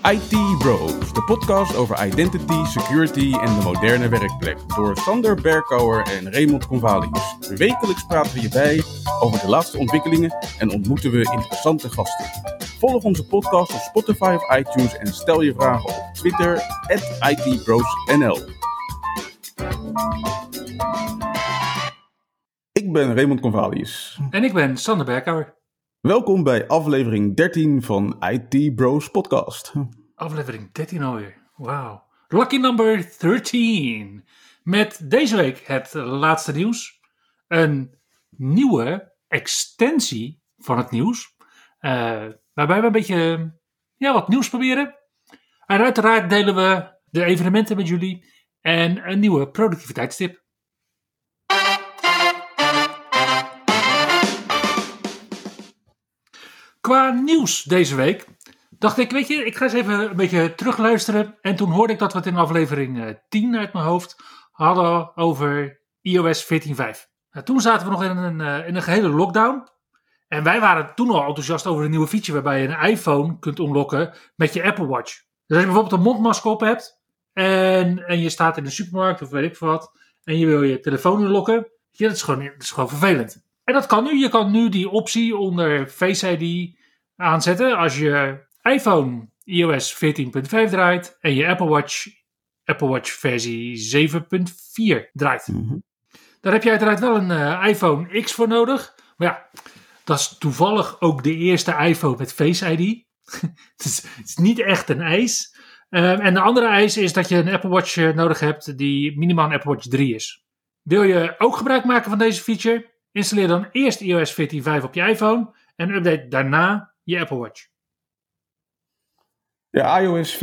IT Bros, de podcast over identity, security en de moderne werkplek. Door Sander Berkouwer en Raymond Convalius. Wekelijks praten we je bij over de laatste ontwikkelingen en ontmoeten we interessante gasten. Volg onze podcast op Spotify of iTunes en stel je vragen op Twitter @ITBrosNL. Ik ben Raymond Convalius. En ik ben Sander Berkouwer. Welkom bij aflevering 13 van IT Bros Podcast. Aflevering 13 alweer. Wauw. Lucky number 13. Met deze week het laatste nieuws. Een nieuwe extensie van het nieuws. Waarbij we een beetje wat nieuws proberen. En uiteraard delen we de evenementen met jullie. En een nieuwe productiviteitstip. Qua nieuws deze week dacht ik, ik ga eens even een beetje terugluisteren. En toen hoorde ik dat we het in aflevering 10 uit mijn hoofd hadden over iOS 14.5. Toen zaten we nog in een gehele lockdown. En wij waren toen al enthousiast over een nieuwe feature waarbij je een iPhone kunt unlocken met je Apple Watch. Dus als je bijvoorbeeld een mondmasker op hebt en je staat in de supermarkt of weet ik wat en je wil je telefoon unlocken, dat is gewoon vervelend. En dat kan nu. Je kan nu die optie onder Face ID aanzetten als je iPhone iOS 14.5 draait en je Apple Watch versie 7.4 draait. Mm-hmm. Daar heb je uiteraard wel een iPhone X voor nodig. Maar ja, dat is toevallig ook de eerste iPhone met Face ID. Het is niet echt een eis. En de andere eis is dat je een Apple Watch nodig hebt die minimaal een Apple Watch 3 is. Wil je ook gebruik maken van deze feature? Installeer dan eerst iOS 14.5 op je iPhone en update daarna je Apple Watch. Ja, iOS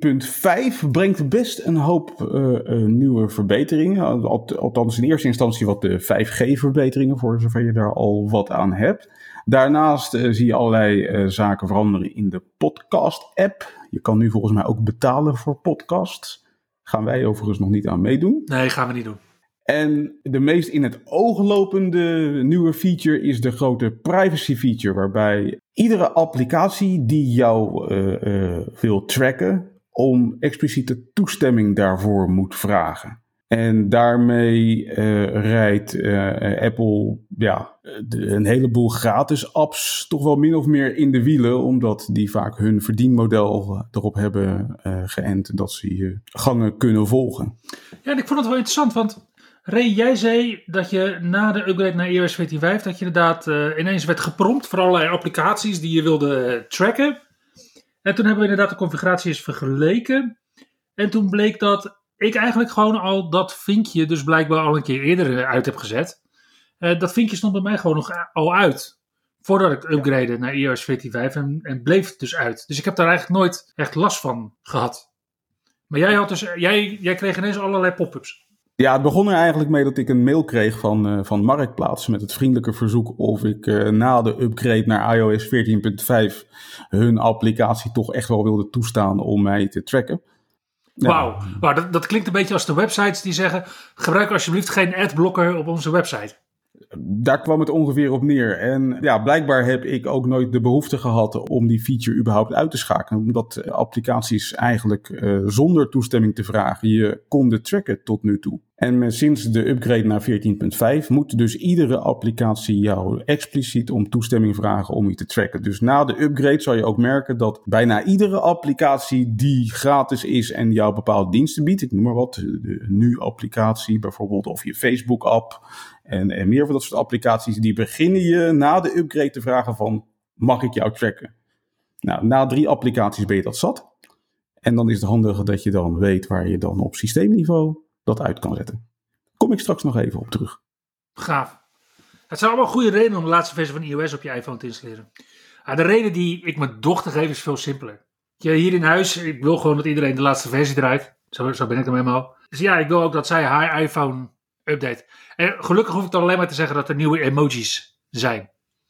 14.5 brengt best een hoop nieuwe verbeteringen. Althans in eerste instantie wat de 5G-verbeteringen, voor zover je daar al wat aan hebt. Daarnaast zie je allerlei zaken veranderen in de podcast-app. Je kan nu volgens mij ook betalen voor podcasts. Gaan wij overigens nog niet aan meedoen. Nee, gaan we niet doen. En de meest in het oog lopende nieuwe feature is de grote privacy feature, waarbij iedere applicatie die jou wil tracken, om expliciete toestemming daarvoor moet vragen. En daarmee rijdt Apple een heleboel gratis apps toch wel min of meer in de wielen, omdat die vaak hun verdienmodel erop hebben geënt dat ze je gangen kunnen volgen. Ja, en ik vond het wel interessant, want Ray, jij zei dat je na de upgrade naar iOS 14.5, dat je inderdaad ineens werd geprompt voor allerlei applicaties die je wilde tracken. En toen hebben we inderdaad de configuratie eens vergeleken. En toen bleek dat ik eigenlijk gewoon al dat vinkje dus blijkbaar al een keer eerder uit heb gezet. Dat vinkje stond bij mij gewoon nog al uit. Voordat ik upgrade naar iOS 14.5 en bleef het dus uit. Dus ik heb daar eigenlijk nooit echt last van gehad. Maar jij kreeg ineens allerlei pop-ups. Ja, het begon er eigenlijk mee dat ik een mail kreeg van Marktplaats met het vriendelijke verzoek of ik na de upgrade naar iOS 14.5 hun applicatie toch echt wel wilde toestaan om mij te tracken. Wauw, dat klinkt een beetje als de websites die zeggen, gebruik alsjeblieft geen adblocker op onze website. Daar kwam het ongeveer op neer. En ja, blijkbaar heb ik ook nooit de behoefte gehad om die feature überhaupt uit te schakelen. Omdat applicaties eigenlijk zonder toestemming te vragen je konden tracken tot nu toe. En sinds de upgrade naar 14.5 moet dus iedere applicatie jou expliciet om toestemming vragen om je te tracken. Dus na de upgrade zal je ook merken dat bijna iedere applicatie die gratis is en jou bepaalde diensten biedt, ik noem maar wat, de Nu-applicatie bijvoorbeeld of je Facebook-app en meer van dat soort applicaties, die beginnen je na de upgrade te vragen van, mag ik jou tracken? Nou, na 3 applicaties ben je dat zat. En dan is het handige dat je dan weet waar je dan op systeemniveau dat uit kan zetten. Kom ik straks nog even op terug. Gaaf. Het zijn allemaal goede redenen om de laatste versie van iOS op je iPhone te installeren. De reden die ik mijn dochter geef is veel simpeler. Hier in huis, ik wil gewoon dat iedereen de laatste versie draait. Zo ben ik er helemaal. Dus ja, ik wil ook dat zij haar iPhone update. En gelukkig hoef ik dan alleen maar te zeggen dat er nieuwe emojis zijn.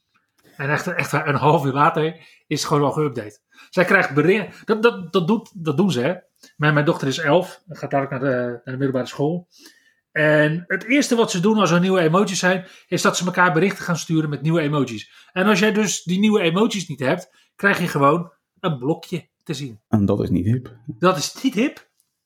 En echt een half uur later is het gewoon al geüpdate. Zij krijgt berichten. Dat doen ze, hè. Mijn dochter is 11. Gaat dadelijk naar de middelbare school. En het eerste wat ze doen als er nieuwe emojis zijn, is dat ze elkaar berichten gaan sturen met nieuwe emojis. En als jij dus die nieuwe emojis niet hebt, krijg je gewoon een blokje te zien. En dat is niet hip. Dat is niet hip.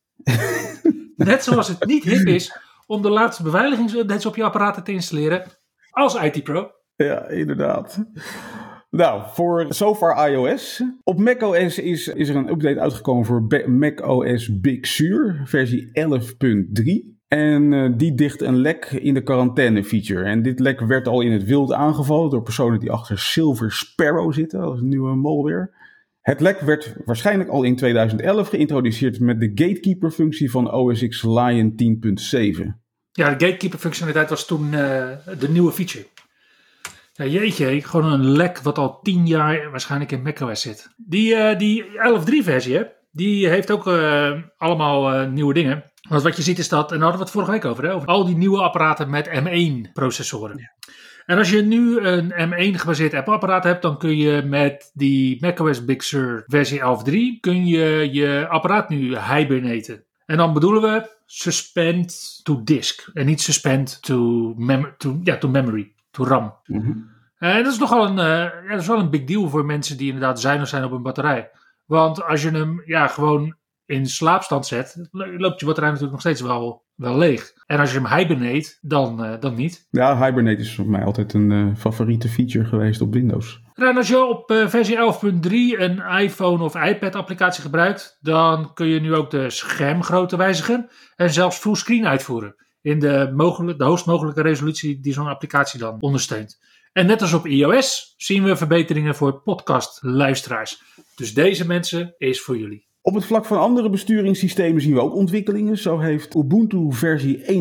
Net zoals het niet hip is om de laatste beveiligingsupdates op je apparaten te installeren als IT-pro. Ja, inderdaad. Nou, voor zover iOS. Op macOS is er een update uitgekomen voor macOS Big Sur, versie 11.3. En die dicht een lek in de quarantaine feature. En dit lek werd al in het wild aangevallen door personen die achter Silver Sparrow zitten, als een nieuwe malware. Het lek werd waarschijnlijk al in 2011 geïntroduceerd met de gatekeeper-functie van OS X Lion 10.7. Ja, de gatekeeper-functionaliteit was toen de nieuwe feature. Ja, jeetje, gewoon een lek wat al 10 jaar waarschijnlijk in macOS zit. Die 11.3 versie, hè, die heeft ook allemaal nieuwe dingen. Want wat je ziet is dat, en daar hadden we het vorige week over, hè, over al die nieuwe apparaten met M1 processoren. Ja. En als je nu een M1 gebaseerd Apple-apparaat hebt, dan kun je met die macOS Big Sur versie 11.3 kun je je apparaat nu hibernaten. En dan bedoelen we suspend to disk en niet suspend to memory, to RAM. Mm-hmm. Dat is nogal dat is wel een big deal voor mensen die inderdaad zuinig zijn op een batterij. Want als je hem gewoon in slaapstand zet, loopt je batterij natuurlijk nog steeds wel leeg. En als je hem hibernate, dan niet. Ja, hibernate is voor mij altijd een favoriete feature geweest op Windows. En als je op versie 11.3 een iPhone of iPad applicatie gebruikt, dan kun je nu ook de schermgrootte wijzigen en zelfs fullscreen uitvoeren. In de hoogst mogelijke resolutie die zo'n applicatie dan ondersteunt. En net als op iOS zien we verbeteringen voor podcastluisteraars. Dus deze mensen is voor jullie. Op het vlak van andere besturingssystemen zien we ook ontwikkelingen. Zo heeft Ubuntu versie 21.04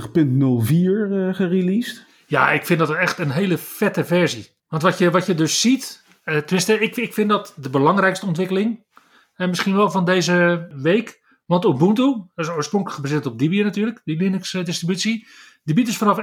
gereleased. Ja, ik vind dat echt een hele vette versie. Want wat je dus ziet, tenminste, ik vind dat de belangrijkste ontwikkeling. Misschien wel van deze week. Want Ubuntu, dat is oorspronkelijk gebaseerd op Debian natuurlijk, die Linux distributie. Die biedt dus vanaf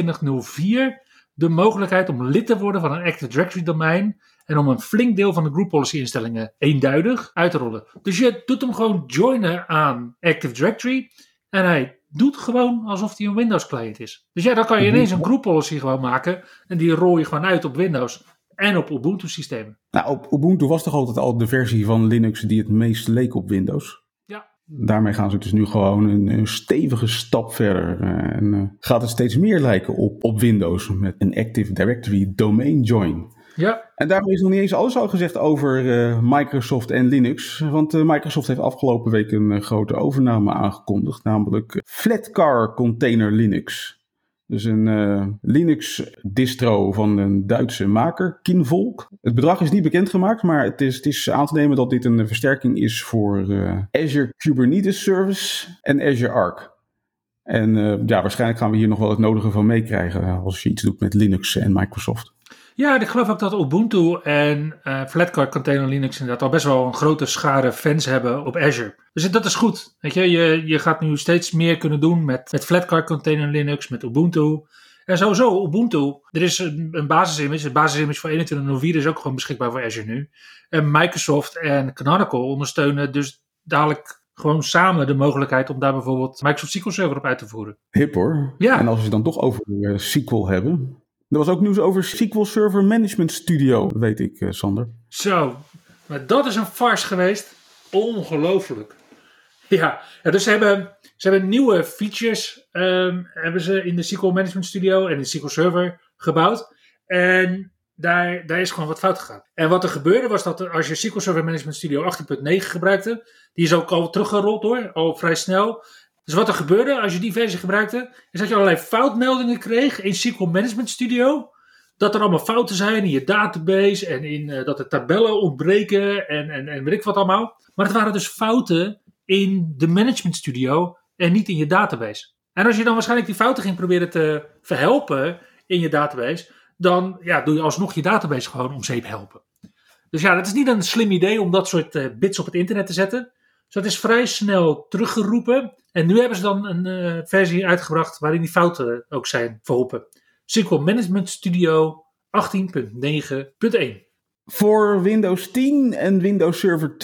21.04 de mogelijkheid om lid te worden van een Active Directory domein. En om een flink deel van de group policy instellingen eenduidig uit te rollen. Dus je doet hem gewoon joinen aan Active Directory. En hij doet gewoon alsof hij een Windows client is. Dus ja, dan kan je ineens een group policy gewoon maken. En die rol je gewoon uit op Windows en op Ubuntu systemen. Nou, op Ubuntu was toch altijd al de versie van Linux die het meest leek op Windows? Ja. Daarmee gaan ze dus nu gewoon een stevige stap verder. En gaat het steeds meer lijken op Windows met een Active Directory domain join. Ja. En daarmee is nog niet eens alles al gezegd over Microsoft en Linux. Want Microsoft heeft afgelopen week een grote overname aangekondigd. Namelijk Flatcar Container Linux. Dus een Linux distro van een Duitse maker, Kinvolk. Het bedrag is niet bekendgemaakt, maar het is aan te nemen dat dit een versterking is voor Azure Kubernetes Service en Azure Arc. En waarschijnlijk gaan we hier nog wel het nodige van meekrijgen als je iets doet met Linux en Microsoft. Ja, ik geloof ook dat Ubuntu en Flatcar Container Linux inderdaad al best wel een grote schare fans hebben op Azure. Dus dat is goed. Weet je gaat nu steeds meer kunnen doen met Flatcar Container Linux, met Ubuntu. En sowieso Ubuntu, er is een basisimage. Het basisimage voor 21.04 is ook gewoon beschikbaar voor Azure nu. En Microsoft en Canonical ondersteunen dus dadelijk gewoon samen de mogelijkheid om daar bijvoorbeeld Microsoft SQL Server op uit te voeren. Hip hoor. Ja. En als we het dan toch over SQL hebben. Er was ook nieuws over SQL Server Management Studio, weet ik, Sander. Zo, maar dat is een farce geweest. Ongelooflijk. Ja, dus ze hebben nieuwe features hebben ze in de SQL Management Studio en de SQL Server gebouwd. En daar is gewoon wat fout gegaan. En wat er gebeurde was dat als je SQL Server Management Studio 18.9 gebruikte, die is ook al teruggerold hoor, al vrij snel. Dus wat er gebeurde als je die versie gebruikte, is dat je allerlei foutmeldingen kreeg in SQL Management Studio. Dat er allemaal fouten zijn in je database en in dat de tabellen ontbreken en weet ik wat allemaal. Maar het waren dus fouten in de Management Studio en niet in je database. En als je dan waarschijnlijk die fouten ging proberen te verhelpen in je database, dan doe je alsnog je database gewoon om zeep helpen. Dus ja, dat is niet een slim idee om dat soort bits op het internet te zetten. Dus dat is vrij snel teruggeroepen. En nu hebben ze dan een versie uitgebracht waarin die fouten ook zijn verholpen. SQL Management Studio 18.9.1. Voor Windows 10 en Windows Server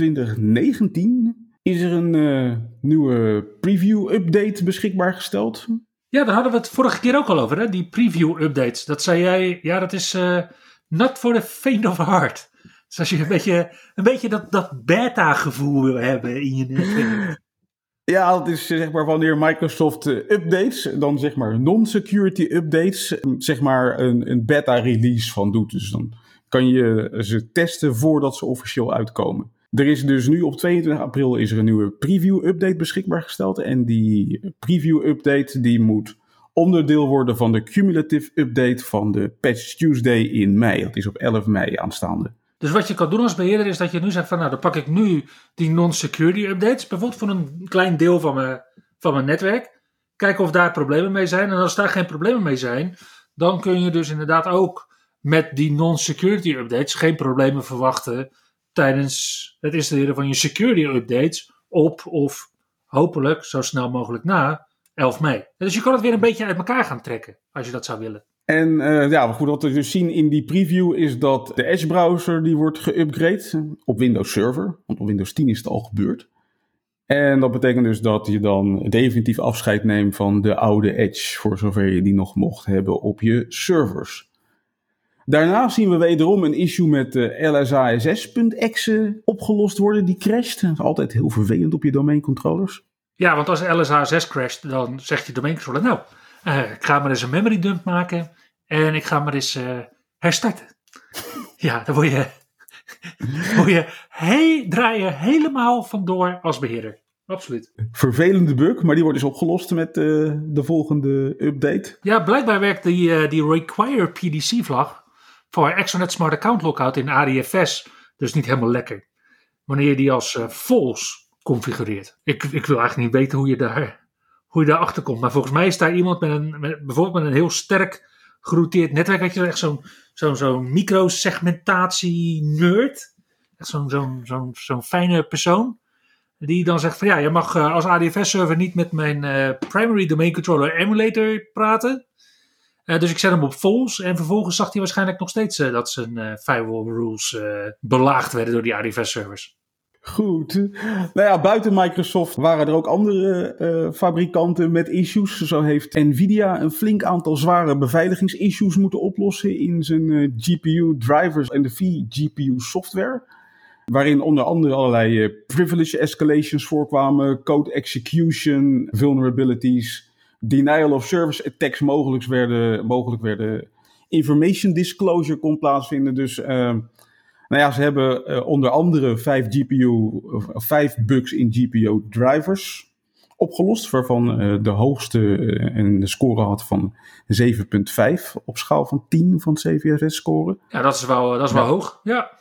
2019 is er een nieuwe preview-update beschikbaar gesteld. Ja, daar hadden we het vorige keer ook al over, hè? Die preview-updates. Dat zei jij, ja, dat is not for the faint of heart. Dus als je een beetje dat beta-gevoel wil hebben in je netwerk. Ja, dat is zeg maar wanneer Microsoft updates, dan zeg maar non-security updates, zeg maar een beta-release van doet. Dus dan kan je ze testen voordat ze officieel uitkomen. Er is dus nu op 22 april is er een nieuwe preview-update beschikbaar gesteld. En die preview-update die moet onderdeel worden van de cumulative update van de Patch Tuesday in mei. Dat is op 11 mei aanstaande. Dus wat je kan doen als beheerder is dat je nu zegt van dan pak ik nu die non-security updates. Bijvoorbeeld voor een klein deel van mijn netwerk. Kijken of daar problemen mee zijn. En als daar geen problemen mee zijn, dan kun je dus inderdaad ook met die non-security updates geen problemen verwachten tijdens het installeren van je security updates op of hopelijk zo snel mogelijk na 11 mei. Dus je kan het weer een beetje uit elkaar gaan trekken als je dat zou willen. En goed, wat we dus zien in die preview is dat de Edge browser die wordt geüpgrade op Windows Server. Want op Windows 10 is het al gebeurd. En dat betekent dus dat je dan definitief afscheid neemt van de oude Edge, voor zover je die nog mocht hebben op je servers. Daarna zien we wederom een issue met LSASS.exe opgelost worden, die crasht. Dat is altijd heel vervelend op je domeincontrollers. Ja, want als LSASS crasht, dan zegt je domeincontroller, nou, ik ga maar eens een memory dump maken en ik ga maar eens herstarten. Ja, dan draai je helemaal vandoor als beheerder. Absoluut. Vervelende bug, maar die wordt dus opgelost met de volgende update. Ja, blijkbaar werkt die require PDC vlag voor Exonet Smart Account Lookout in ADFS dus niet helemaal lekker. Wanneer je die als false configureert. Ik wil eigenlijk niet weten hoe je daar achter komt. Maar volgens mij is daar iemand bijvoorbeeld met een heel sterk gerouteerd netwerk. Weet je, echt zo'n microsegmentatie nerd. Echt zo'n fijne persoon. Die dan zegt van ja, je mag als ADFS-server niet met mijn primary domain controller emulator praten. Dus ik zet hem op false. En vervolgens zag hij waarschijnlijk nog steeds dat zijn firewall rules belaagd werden door die ADFS-servers. Goed. Nou ja, buiten Microsoft waren er ook andere fabrikanten met issues. Zo heeft Nvidia een flink aantal zware beveiligingsissues moeten oplossen in zijn GPU drivers en de vGPU software. Waarin onder andere allerlei privilege escalations voorkwamen, code execution, vulnerabilities, denial of service attacks mogelijk werden, information disclosure kon plaatsvinden. Dus ze hebben onder andere 5 bugs in GPU drivers opgelost, waarvan de hoogste een score had van 7,5 op schaal van 10 van het CVSS-score. Ja, dat is wel hoog, ja.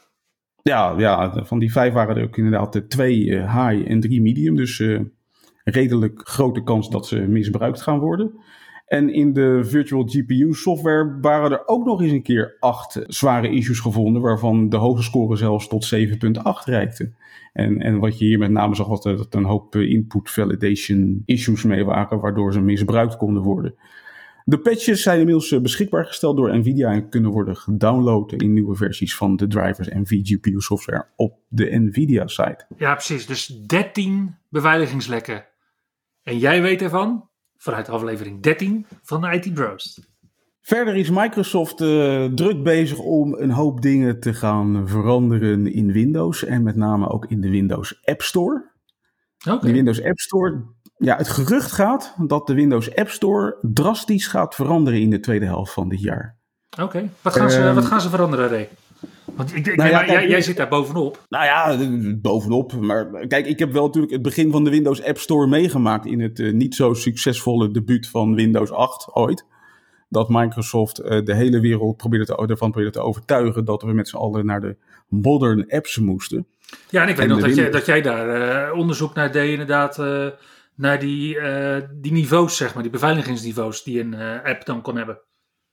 Ja, van die 5 waren er ook inderdaad 2 high en 3 medium. Dus redelijk grote kans dat ze misbruikt gaan worden. En in de virtual GPU software waren er ook nog eens een keer 8 zware issues gevonden, waarvan de hoogste score zelfs tot 7,8 reikte. En wat je hier met name zag, was dat er een hoop input validation issues mee waren, waardoor ze misbruikt konden worden. De patches zijn inmiddels beschikbaar gesteld door Nvidia en kunnen worden gedownload in nieuwe versies van de drivers en vGPU software op de Nvidia-site. Ja, precies. Dus 13 beveiligingslekken. En jij weet ervan, vanuit aflevering 13 van de IT Bros. Verder is Microsoft druk bezig om een hoop dingen te gaan veranderen in Windows en met name ook in de Windows App Store. Okay. De Windows App Store, ja, het gerucht gaat dat de Windows App Store drastisch gaat veranderen in de tweede helft van dit jaar. Oké. Wat gaan ze veranderen, Ray? Want jij zit daar bovenop. Nou ja, bovenop. Maar kijk, ik heb wel natuurlijk het begin van de Windows App Store meegemaakt in het niet zo succesvolle debuut van Windows 8 ooit. Dat Microsoft de hele wereld ervan probeerde te overtuigen dat we met z'n allen naar de modern apps moesten. Ja, en ik weet nog dat jij daar onderzoek naar deed inderdaad, naar die niveaus, zeg maar, die beveiligingsniveaus die een app dan kon hebben.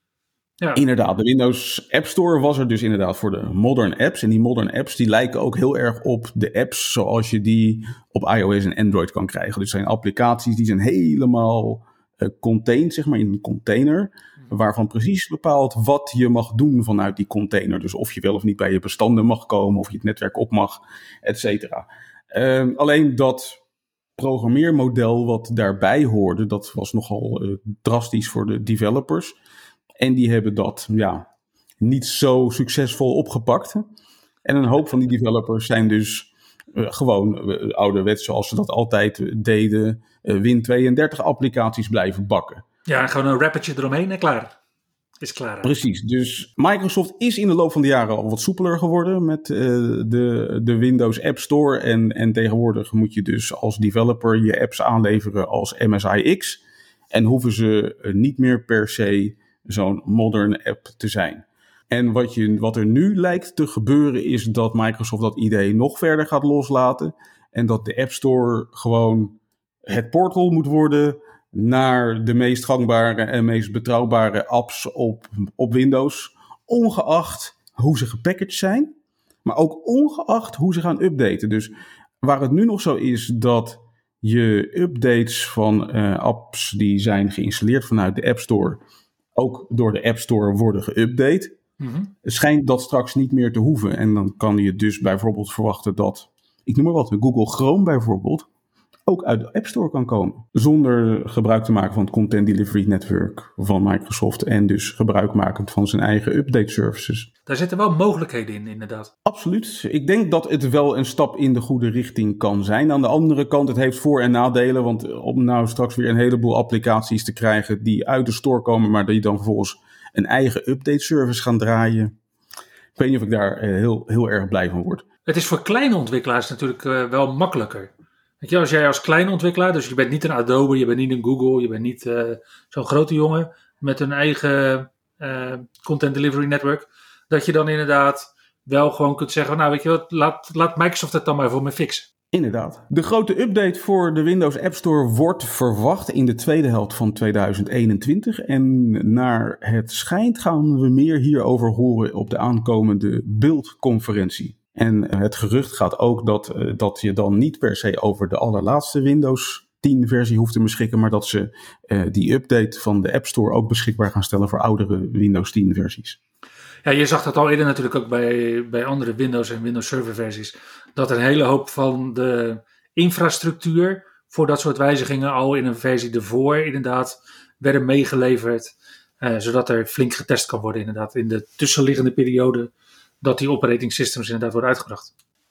Ja. Inderdaad, de Windows App Store was er dus inderdaad voor de modern apps. En die modern apps die lijken ook heel erg op de apps zoals je die op iOS en Android kan krijgen. Dus het zijn applicaties die zijn helemaal contained, zeg maar, in een container. Waarvan precies bepaalt wat je mag doen vanuit die container. Dus of je wel of niet bij je bestanden mag komen, of je het netwerk op mag, et cetera. Alleen dat programmeermodel wat daarbij hoorde, dat was nogal drastisch voor de developers. En die hebben dat niet zo succesvol opgepakt. En een hoop van die developers zijn dus gewoon ouderwets, zoals ze dat altijd deden, Win32 applicaties blijven bakken. Ja, gewoon een wrappertje eromheen en klaar. Is klaar. Precies, dus Microsoft is in de loop van de jaren al wat soepeler geworden met de Windows App Store. En tegenwoordig moet je dus als developer je apps aanleveren als MSIX. En hoeven ze niet meer per se zo'n modern app te zijn. En wat er nu lijkt te gebeuren is dat Microsoft dat idee nog verder gaat loslaten. En dat de App Store gewoon het portal moet worden naar de meest gangbare en meest betrouwbare apps op Windows. Ongeacht hoe ze gepackaged zijn, maar ook ongeacht hoe ze gaan updaten. Dus waar het nu nog zo is dat je updates van apps die zijn geïnstalleerd vanuit de App Store ook door de App Store worden geüpdate, schijnt dat straks niet meer te hoeven. En dan kan je dus bijvoorbeeld verwachten dat, ik noem maar wat, Google Chrome bijvoorbeeld, ook uit de App Store kan komen. Zonder gebruik te maken van het Content Delivery Network van Microsoft. En dus gebruikmakend van zijn eigen update services. Daar zitten wel mogelijkheden in, inderdaad. Absoluut. Ik denk dat het wel een stap in de goede richting kan zijn. Aan de andere kant, het heeft voor- en nadelen. Want om nou straks weer een heleboel applicaties te krijgen die uit de store komen, maar die dan vervolgens een eigen update service gaan draaien. Ik weet niet of ik daar heel erg blij van word. Het is voor kleine ontwikkelaars natuurlijk wel makkelijker. Weet je, als jij als kleine ontwikkelaar, dus je bent niet een Adobe, je bent niet een Google, je bent niet zo'n grote jongen met een eigen content delivery network, dat je dan inderdaad wel gewoon kunt zeggen, nou weet je wat, laat Microsoft het dan maar voor me fixen. Inderdaad. De grote update voor de Windows App Store wordt verwacht in de tweede helft van 2021. En naar het schijnt gaan we meer hierover horen op de aankomende Build-conferentie. En het gerucht gaat ook dat je dan niet per se over de allerlaatste Windows 10 versie hoeft te beschikken, maar dat ze die update van de App Store ook beschikbaar gaan stellen voor oudere Windows 10 versies. Ja, je zag dat al eerder natuurlijk ook bij andere Windows en Windows Server versies. Dat een hele hoop van de infrastructuur voor dat soort wijzigingen al in een versie ervoor inderdaad werden meegeleverd. Zodat er flink getest kan worden inderdaad in de tussenliggende periode dat die operating systems inderdaad worden uitgebracht.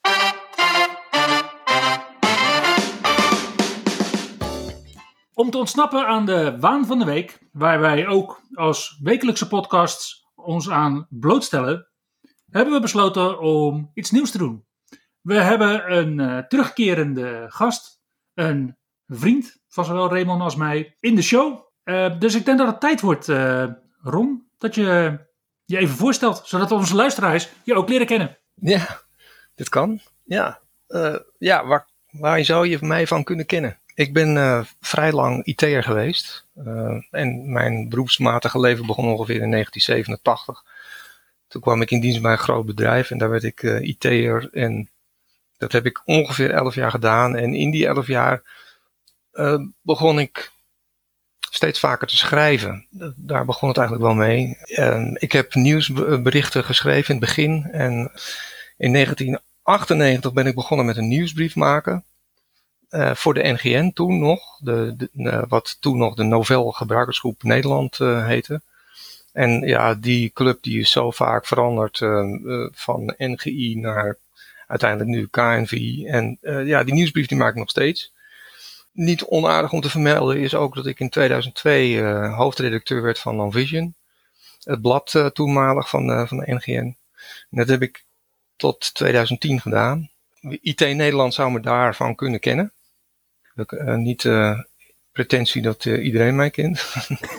Om te ontsnappen aan de waan van de week, waar wij ook als wekelijkse podcasts ons aan blootstellen, hebben we besloten om iets nieuws te doen. We hebben een terugkerende gast, een vriend van zowel Raymond als mij, in de show. Dus ik denk dat het tijd wordt, Ron, dat je je even voorstelt, zodat onze luisteraars je ook leren kennen. Ja, dit kan. Ja, waar zou je mij van kunnen kennen? Ik ben vrij lang IT'er geweest. En mijn beroepsmatige leven begon ongeveer in 1987. Toen kwam ik in dienst bij een groot bedrijf en daar werd ik IT'er. En dat heb ik ongeveer 11 jaar gedaan. En in die 11 jaar begon ik steeds vaker te schrijven. Daar begon het eigenlijk wel mee. Ik heb nieuwsberichten geschreven in het begin. En in 1998 ben ik begonnen met een nieuwsbrief maken. Voor de NGN toen nog. Wat toen nog de Novell Gebruikersgroep Nederland heette. En ja, die club die is zo vaak veranderd van NGI naar uiteindelijk nu KNV. En die nieuwsbrief die maak ik nog steeds. Niet onaardig om te vermelden is ook dat ik in 2002 hoofdredacteur werd van NonVision. Het blad toenmalig van de NGN. En dat heb ik tot 2010 gedaan. IT Nederland zou me daarvan kunnen kennen. Niet pretentie dat iedereen mij kent.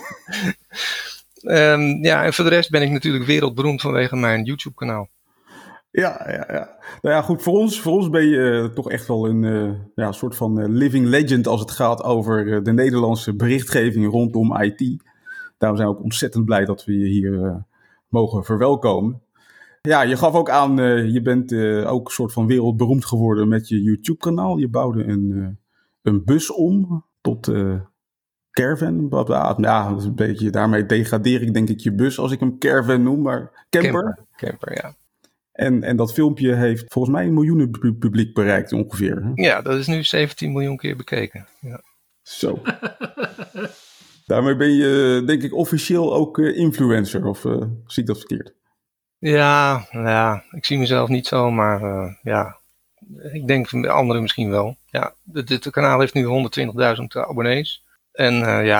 En voor de rest ben ik natuurlijk wereldberoemd vanwege mijn YouTube kanaal. Ja. Nou ja, goed, voor ons ben je toch echt wel een soort van living legend als het gaat over de Nederlandse berichtgeving rondom IT. Daarom zijn we ook ontzettend blij dat we je hier mogen verwelkomen. Ja, je gaf ook aan, je bent ook een soort van wereldberoemd geworden met je YouTube kanaal. Je bouwde een bus om tot caravan. Ja, dat is een beetje, daarmee degradeer ik denk ik je bus als ik hem caravan noem, maar camper. Camper, ja. En dat filmpje heeft volgens mij 1 miljoen publiek bereikt ongeveer. Hè? Ja, dat is nu 17 miljoen keer bekeken. Ja. Zo. Daarmee ben je denk ik officieel ook influencer, of zie ik dat verkeerd? Ja, ik zie mezelf niet zo, maar ja, ik denk van de anderen misschien wel. Ja, dit kanaal heeft nu 120.000 abonnees. En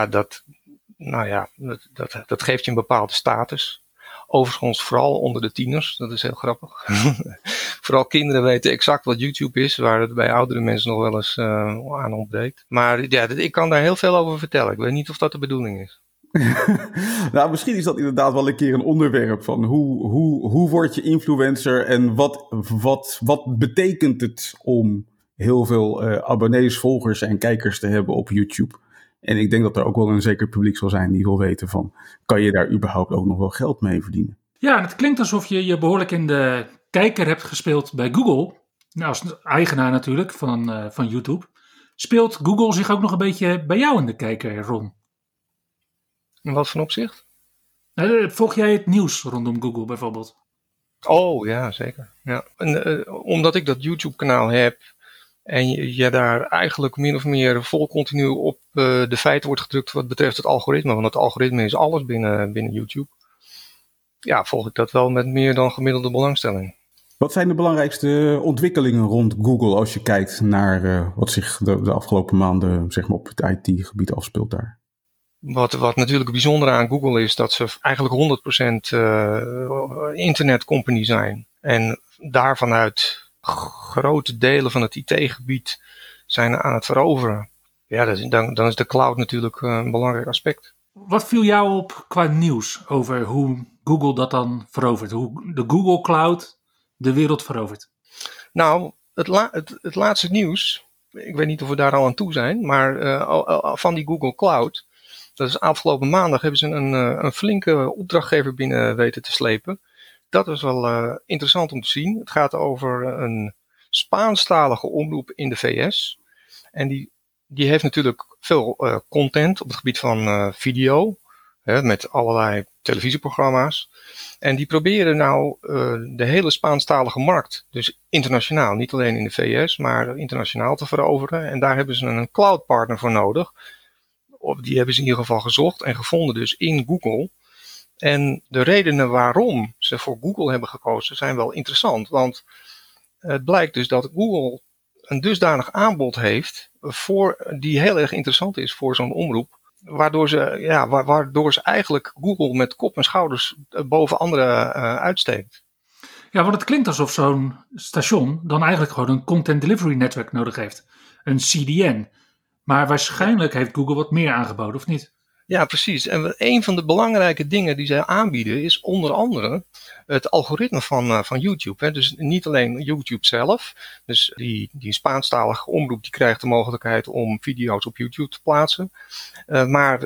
nou ja, dat geeft je een bepaalde status. Overigens vooral onder de tieners, dat is heel grappig. Vooral kinderen weten exact wat YouTube is, waar het bij oudere mensen nog wel eens aan ontbreekt. Maar ja, ik kan daar heel veel over vertellen. Ik weet niet of dat de bedoeling is. Nou, misschien is dat inderdaad wel een keer een onderwerp van hoe word je influencer en wat betekent het om heel veel abonnees, volgers en kijkers te hebben op YouTube. En ik denk dat er ook wel een zeker publiek zal zijn die wil weten van, kan je daar überhaupt ook nog wel geld mee verdienen? Ja, en het klinkt alsof je je behoorlijk in de kijker hebt gespeeld bij Google. Nou, als eigenaar natuurlijk van YouTube. Speelt Google zich ook nog een beetje bij jou in de kijker, Ron? In wat voor opzicht? Volg jij het nieuws rondom Google bijvoorbeeld? Oh ja, zeker. Ja. En, omdat ik dat YouTube-kanaal heb en je daar eigenlijk min of meer vol continu op de feiten wordt gedrukt wat betreft het algoritme. Want het algoritme is alles binnen YouTube. Ja, volg ik dat wel met meer dan gemiddelde belangstelling. Wat zijn de belangrijkste ontwikkelingen rond Google als je kijkt naar wat zich de afgelopen maanden zeg maar, op het IT-gebied afspeelt daar? Wat natuurlijk bijzonder aan Google is dat ze eigenlijk 100% internetcompany zijn. En daarvanuit grote delen van het IT-gebied zijn aan het veroveren. Ja, dan is de cloud natuurlijk een belangrijk aspect. Wat viel jou op qua nieuws over hoe Google dat dan verovert? Hoe de Google Cloud de wereld verovert? Nou, het laatste nieuws, ik weet niet of we daar al aan toe zijn, maar van die Google Cloud, dat is afgelopen maandag hebben ze een flinke opdrachtgever binnen weten te slepen. Dat is wel interessant om te zien. Het gaat over een Spaanstalige omroep in de VS. En die heeft natuurlijk veel content op het gebied van video. Met allerlei televisieprogramma's. En die proberen nou de hele Spaanstalige markt, dus internationaal, niet alleen in de VS, maar internationaal te veroveren. En daar hebben ze een cloud partner voor nodig. Die hebben ze in ieder geval gezocht en gevonden dus in Google. En de redenen waarom ze voor Google hebben gekozen zijn wel interessant. Want het blijkt dus dat Google een dusdanig aanbod heeft die heel erg interessant is voor zo'n omroep. Waardoor ze eigenlijk Google met kop en schouders boven anderen uitsteekt. Ja, want het klinkt alsof zo'n station dan eigenlijk gewoon een content delivery netwerk nodig heeft. Een CDN. Maar waarschijnlijk heeft Google wat meer aangeboden, of niet? Ja, precies. En een van de belangrijke dingen die zij aanbieden is onder andere het algoritme van YouTube. Hè. Dus niet alleen YouTube zelf. Dus die Spaanstalige omroep die krijgt de mogelijkheid om video's op YouTube te plaatsen. Maar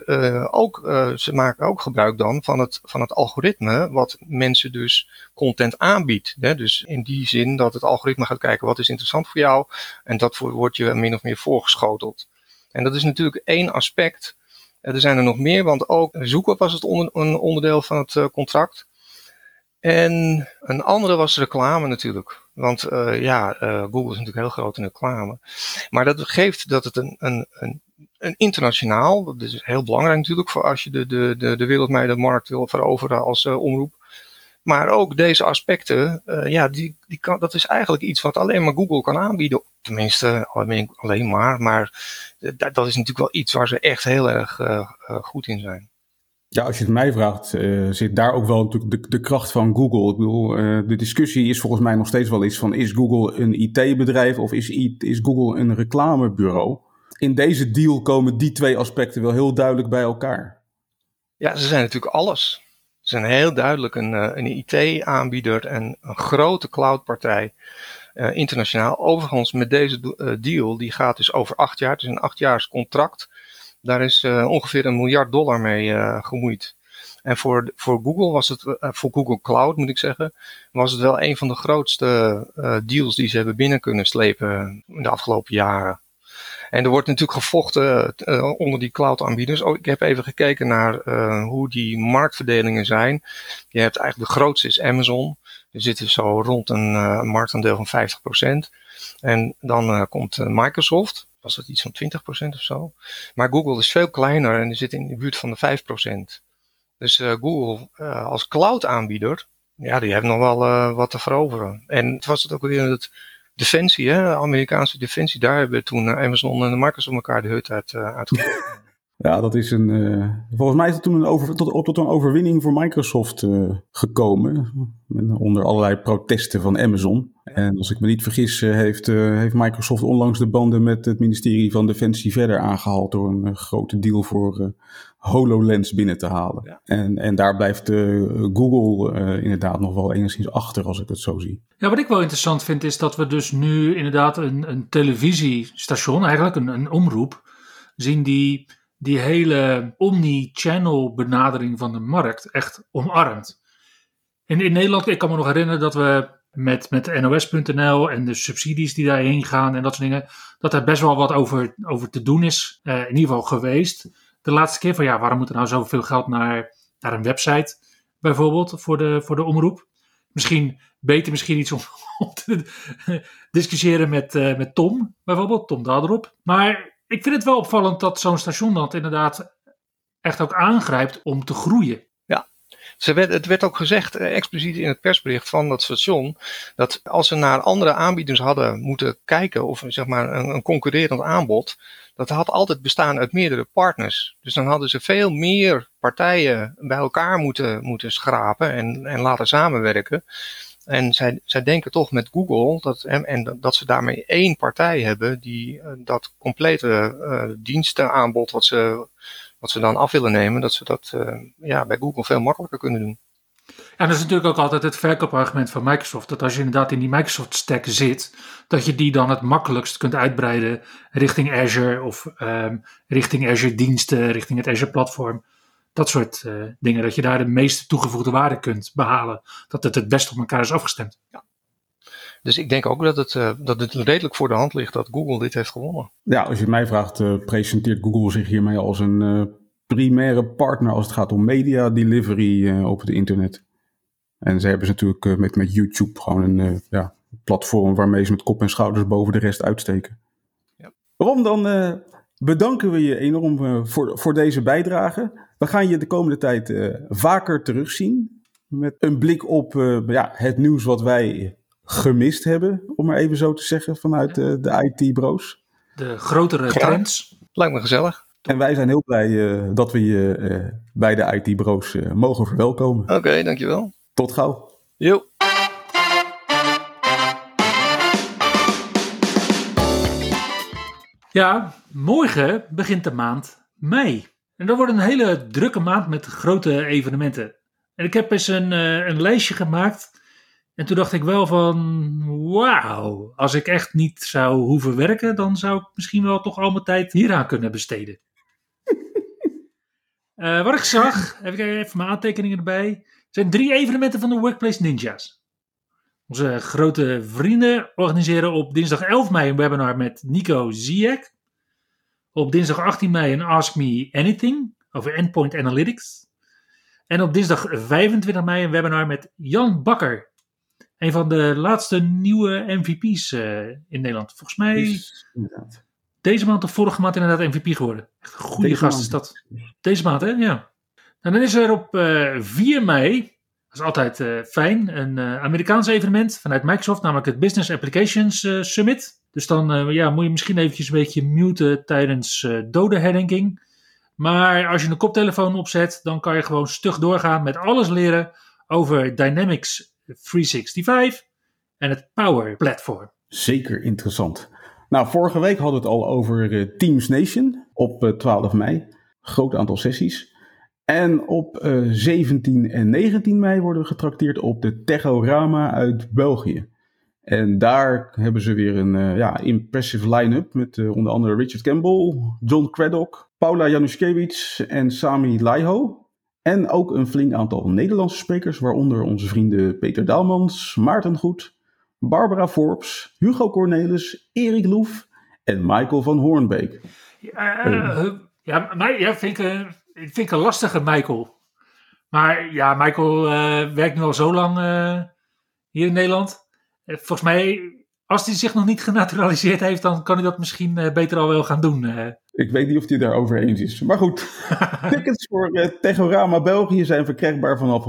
ze maken ook gebruik dan van het algoritme wat mensen dus content aanbiedt. Hè. Dus in die zin dat het algoritme gaat kijken wat is interessant voor jou. En dat wordt je min of meer voorgeschoteld. En dat is natuurlijk één aspect. Er zijn er nog meer, want ook zoeken was het een onderdeel van het contract. En een andere was reclame natuurlijk. Want Google is natuurlijk heel groot in reclame. Maar dat geeft dat het een internationaal, dat is heel belangrijk natuurlijk voor als je de wereldwijde markt wil veroveren als omroep. Maar ook deze aspecten, dat is eigenlijk iets wat alleen maar Google kan aanbieden. Tenminste, alleen maar dat is natuurlijk wel iets waar ze echt heel erg goed in zijn. Ja, als je het mij vraagt, zit daar ook wel natuurlijk de kracht van Google. Ik bedoel, de discussie is volgens mij nog steeds wel iets van, is Google een IT-bedrijf of is Google een reclamebureau? In deze deal komen die twee aspecten wel heel duidelijk bij elkaar. Ja, ze zijn natuurlijk alles. Ze zijn heel duidelijk een IT-aanbieder en een grote cloudpartij internationaal. Overigens met deze deal, die gaat dus over 8 jaar. Het is een 8-jaars contract. Daar is ongeveer $1 miljard mee gemoeid. En voor Google was het, voor Google Cloud moet ik zeggen, was het wel een van de grootste deals die ze hebben binnen kunnen slepen in de afgelopen jaren. En er wordt natuurlijk gevochten onder die cloud-aanbieders. Ik heb even gekeken naar hoe die marktverdelingen zijn. Je hebt eigenlijk de grootste is Amazon. Er zitten zo rond een marktaandeel van 50%. En dan komt Microsoft. Was dat iets van 20% of zo? Maar Google is veel kleiner en die zit in de buurt van de 5%. Dus Google als cloud-aanbieder, Ja, die hebben nog wel wat te veroveren. En het was het ook weer het Defensie, hè? De Amerikaanse Defensie. Daar hebben toen Amazon en Microsoft elkaar de hut uit. Ja, dat is volgens mij is het toen tot een overwinning voor Microsoft gekomen. Onder allerlei protesten van Amazon. En als ik me niet vergis, heeft Microsoft onlangs de banden met het ministerie van Defensie verder aangehaald door een grote deal voor HoloLens binnen te halen. Ja. En daar blijft Google inderdaad nog wel enigszins achter, als ik het zo zie. Ja, wat ik wel interessant vind is dat we dus nu inderdaad een televisiestation, eigenlijk een omroep, zien die hele omni-channel benadering van de markt echt omarmt. In Nederland, ik kan me nog herinneren dat we met NOS.nl en de subsidies die daarheen gaan en dat soort dingen, dat er best wel wat over te doen is, in ieder geval geweest. De laatste keer van waarom moet er nou zoveel geld naar een website bijvoorbeeld voor de omroep? Misschien iets om te discussiëren met Tom bijvoorbeeld, Tom Daderop. Maar ik vind het wel opvallend dat zo'n station dan inderdaad echt ook aangrijpt om te groeien. Ja, het werd ook gezegd expliciet in het persbericht van dat station, dat als ze naar andere aanbieders hadden moeten kijken, of zeg maar een concurrerend aanbod, dat had altijd bestaan uit meerdere partners. Dus dan hadden ze veel meer partijen bij elkaar moeten schrapen en laten samenwerken. En zij denken toch met Google dat ze daarmee één partij hebben die dat complete dienstenaanbod wat ze dan af willen nemen, dat ze dat bij Google veel makkelijker kunnen doen. Ja, dat is natuurlijk ook altijd het verkoopargument van Microsoft. Dat als je inderdaad in die Microsoft stack zit, dat je die dan het makkelijkst kunt uitbreiden richting Azure of richting Azure diensten, richting het Azure platform. Dat soort dingen, dat je daar de meeste toegevoegde waarde kunt behalen. Dat het best op elkaar is afgestemd. Ja. Dus ik denk ook dat het redelijk voor de hand ligt dat Google dit heeft gewonnen. Ja, als je mij vraagt, presenteert Google zich hiermee als een primaire partner als het gaat om media delivery op het internet. En ze hebben natuurlijk met YouTube gewoon een platform waarmee ze met kop en schouders boven de rest uitsteken. Ja. Ron, dan bedanken we je enorm voor deze bijdrage. We gaan je de komende tijd vaker terugzien. Met een blik op het nieuws wat wij gemist hebben. Om maar even zo te zeggen vanuit de IT-bro's. De grotere trends. Lijkt me gezellig. En wij zijn heel blij dat we je bij de IT-bro's mogen verwelkomen. Oké, dankjewel. Tot gauw. Jo. Ja, morgen begint de maand mei. En dat wordt een hele drukke maand met grote evenementen. En ik heb eens een lijstje gemaakt. En toen dacht ik wel van, wauw, als ik echt niet zou hoeven werken, dan zou ik misschien wel toch al mijn tijd hieraan kunnen besteden. Wat ik zag, heb ik even mijn aantekeningen erbij, zijn 3 evenementen van de Workplace Ninjas. Onze grote vrienden organiseren op dinsdag 11 mei een webinar met Nico Ziek. Op dinsdag 18 mei een Ask Me Anything over Endpoint Analytics. En op dinsdag 25 mei een webinar met Jan Bakker. Een van de laatste nieuwe MVP's in Nederland. Volgens mij deze maand of vorige maand inderdaad MVP geworden. Echt een goede gast is dat. Deze maand, hè? Ja. En dan is er op 4 mei, dat is altijd fijn, een Amerikaans evenement vanuit Microsoft, namelijk het Business Applications Summit. Dus dan moet je misschien eventjes een beetje muten tijdens dodenherdenking. Maar als je een koptelefoon opzet, dan kan je gewoon stug doorgaan met alles leren over Dynamics 365 en het Power Platform. Zeker interessant. Nou, vorige week hadden we het al over Teams Nation op 12 mei. Groot aantal sessies. En op 17 en 19 mei worden we getrakteerd op de Techorama uit België. En daar hebben ze weer een impressive line-up met onder andere Richard Campbell, John Craddock, Paula Januszkiewicz en Sami Laiho. En ook een flink aantal Nederlandse sprekers, waaronder onze vrienden Peter Daalmans, Maarten Goed, Barbara Forbes, Hugo Cornelis, Erik Loef en Michael van Hoornbeek. Vind ik een lastige Michael. Maar ja, Michael werkt nu al zo lang hier in Nederland. Volgens mij, als hij zich nog niet genaturaliseerd heeft, dan kan hij dat misschien beter al wel gaan doen. Ik weet niet of hij het daarover eens is. Maar goed, tickets voor Tegorama België zijn verkrijgbaar vanaf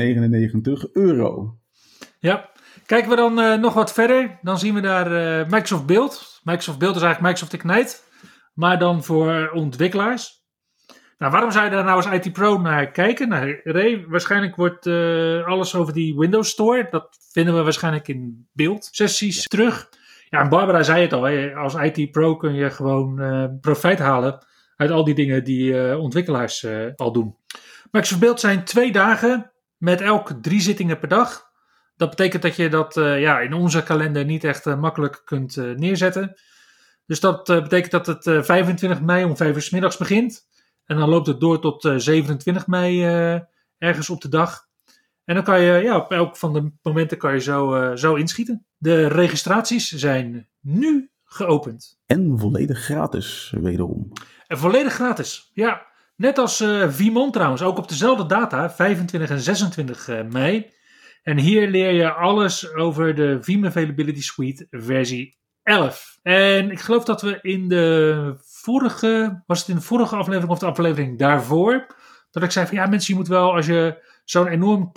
€199. Ja, kijken we dan nog wat verder. Dan zien we daar Microsoft Build. Microsoft Build is eigenlijk Microsoft Ignite. Maar dan voor ontwikkelaars. Nou, waarom zou je daar nou als IT Pro naar kijken? Nou, Ray, waarschijnlijk wordt alles over die Windows Store. Dat vinden we waarschijnlijk in beeldsessies terug. Ja, en Barbara zei het al. Hè, als IT Pro kun je gewoon profijt halen uit al die dingen die ontwikkelaars al doen. Microsoft Build zijn 2 dagen met elk 3 zittingen per dag. Dat betekent dat je dat in onze kalender niet echt makkelijk kunt neerzetten. Dus dat betekent dat het 25 mei om 5 uur 's middags begint. En dan loopt het door tot 27 mei ergens op de dag. En dan kan je op elk van de momenten kan je zo inschieten. De registraties zijn nu geopend. En volledig gratis, wederom. En volledig gratis, ja. Net als Vimon trouwens, ook op dezelfde data, 25 en 26 mei. En hier leer je alles over de Veeam Availability Suite versie 11. En ik geloof dat we in de vorige aflevering of de aflevering daarvoor, dat ik zei van ja mensen, je moet wel, als je zo'n enorm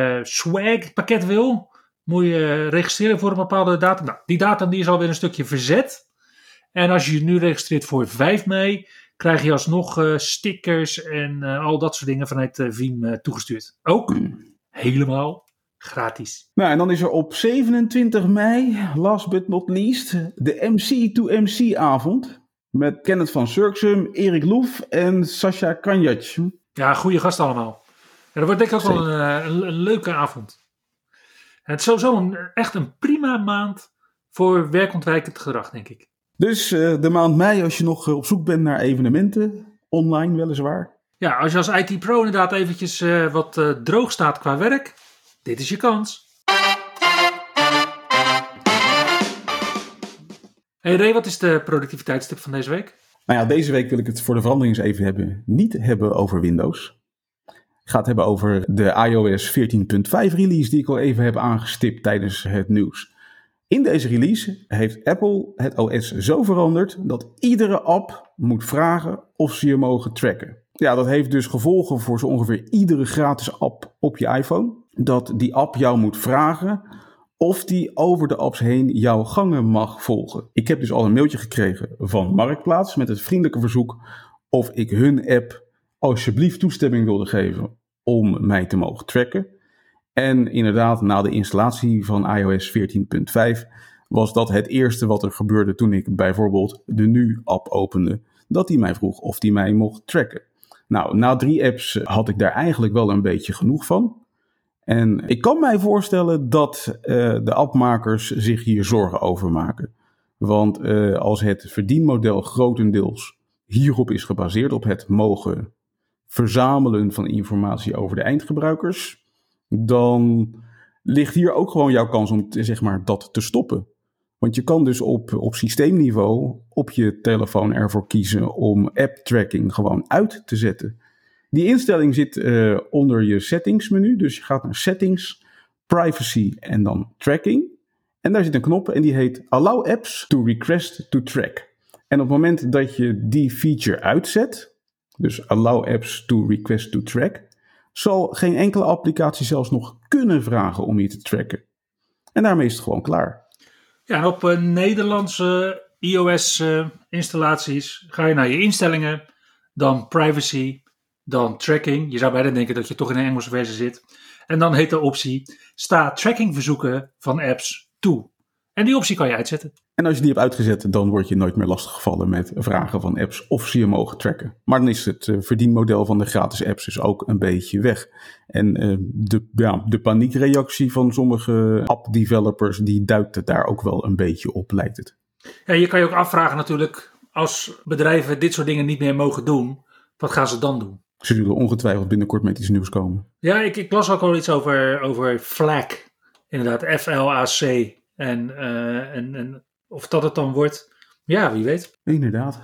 swag pakket wil, moet je registreren voor een bepaalde datum. Nou, die datum die is alweer een stukje verzet. En als je je nu registreert voor 5 mei, krijg je alsnog stickers en al dat soort dingen vanuit Veeam toegestuurd. Ook helemaal gratis. Nou, en dan is er op 27 mei, last but not least, de MC2MC avond. Met Kenneth van Surxum, Erik Loef en Sascha Kanjac. Ja, goede gasten allemaal. Ja, dat wordt denk ik ook wel een leuke avond. En het is sowieso echt een prima maand voor werkontwijkend gedrag, denk ik. Dus de maand mei, als je nog op zoek bent naar evenementen, online weliswaar. Ja, als je als IT Pro inderdaad eventjes wat droog staat qua werk, dit is je kans. Hey Ray, wat is de productiviteitstip van deze week? Nou ja, deze week wil ik het voor de verandering eens even niet hebben over Windows. Ik ga het hebben over de iOS 14.5 release die ik al even heb aangestipt tijdens het nieuws. In deze release heeft Apple het OS zo veranderd dat iedere app moet vragen of ze je mogen tracken. Ja, dat heeft dus gevolgen voor zo ongeveer iedere gratis app op je iPhone. Dat die app jou moet vragen of die over de apps heen jouw gangen mag volgen. Ik heb dus al een mailtje gekregen van Marktplaats met het vriendelijke verzoek of ik hun app alsjeblieft toestemming wilde geven om mij te mogen tracken. En inderdaad, na de installatie van iOS 14.5 was dat het eerste wat er gebeurde toen ik bijvoorbeeld de Nu-app opende. Dat die mij vroeg of die mij mocht tracken. Nou, na 3 apps had ik daar eigenlijk wel een beetje genoeg van. En ik kan mij voorstellen dat de appmakers zich hier zorgen over maken. Want als het verdienmodel grotendeels hierop is gebaseerd, op het mogen verzamelen van informatie over de eindgebruikers, dan ligt hier ook gewoon jouw kans om zeg maar, dat te stoppen. Want je kan dus op systeemniveau op je telefoon ervoor kiezen om app-tracking gewoon uit te zetten. Die instelling zit onder je settingsmenu. Dus je gaat naar settings, privacy en dan tracking. En daar zit een knop en die heet Allow apps to request to track. En op het moment dat je die feature uitzet, dus Allow apps to request to track, zal geen enkele applicatie zelfs nog kunnen vragen om je te tracken. En daarmee is het gewoon klaar. Ja, en op Nederlandse iOS-installaties ga je naar je instellingen, dan privacy, dan tracking. Je zou bijna denken dat je toch in een Engelse versie zit. En dan heet de optie, sta trackingverzoeken van apps toe. En die optie kan je uitzetten. En als je die hebt uitgezet, dan word je nooit meer lastiggevallen met vragen van apps of ze je mogen tracken. Maar dan is het verdienmodel van de gratis apps dus ook een beetje weg. En de paniekreactie van sommige app-developers, die duidt daar ook wel een beetje op, lijkt het. Ja, je kan je ook afvragen natuurlijk, als bedrijven dit soort dingen niet meer mogen doen, wat gaan ze dan doen? Ze zullen ongetwijfeld binnenkort met iets nieuws komen. Ja, ik las ook al iets over FLAC. Inderdaad, FLAC. En of dat het dan wordt, ja, wie weet. Inderdaad.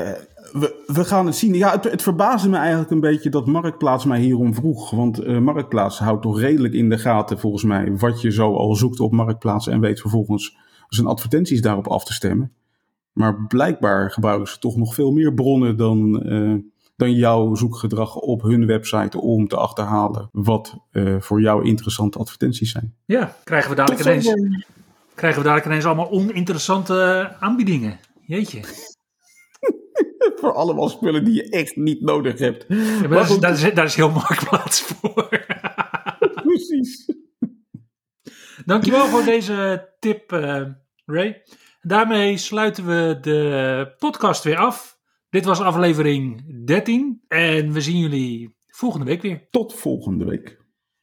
We gaan het zien. Ja, het verbaasde me eigenlijk een beetje dat Marktplaats mij hierom vroeg. Want Marktplaats houdt toch redelijk in de gaten, volgens mij, wat je zo al zoekt op Marktplaats en weet vervolgens zijn advertenties daarop af te stemmen. Maar blijkbaar gebruiken ze toch nog veel meer bronnen dan jouw zoekgedrag op hun website om te achterhalen wat voor jou interessante advertenties zijn. Ja, krijgen we dadelijk ineens allemaal oninteressante aanbiedingen. Jeetje. Voor allemaal spullen die je echt niet nodig hebt. Ja, maar daar is heel Marktplaats voor. Precies. Dankjewel voor deze tip, Ray. Daarmee sluiten we de podcast weer af. Dit was aflevering 13. En we zien jullie volgende week weer. Tot volgende week.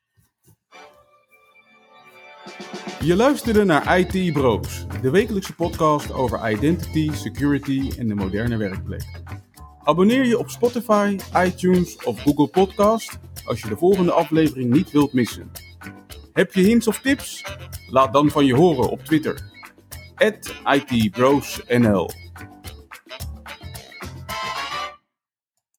Je luisterde naar IT Bros, de wekelijkse podcast over identity, security en de moderne werkplek. Abonneer je op Spotify, iTunes of Google Podcast als je de volgende aflevering niet wilt missen. Heb je hints of tips? Laat dan van je horen op Twitter. @ITBrosNL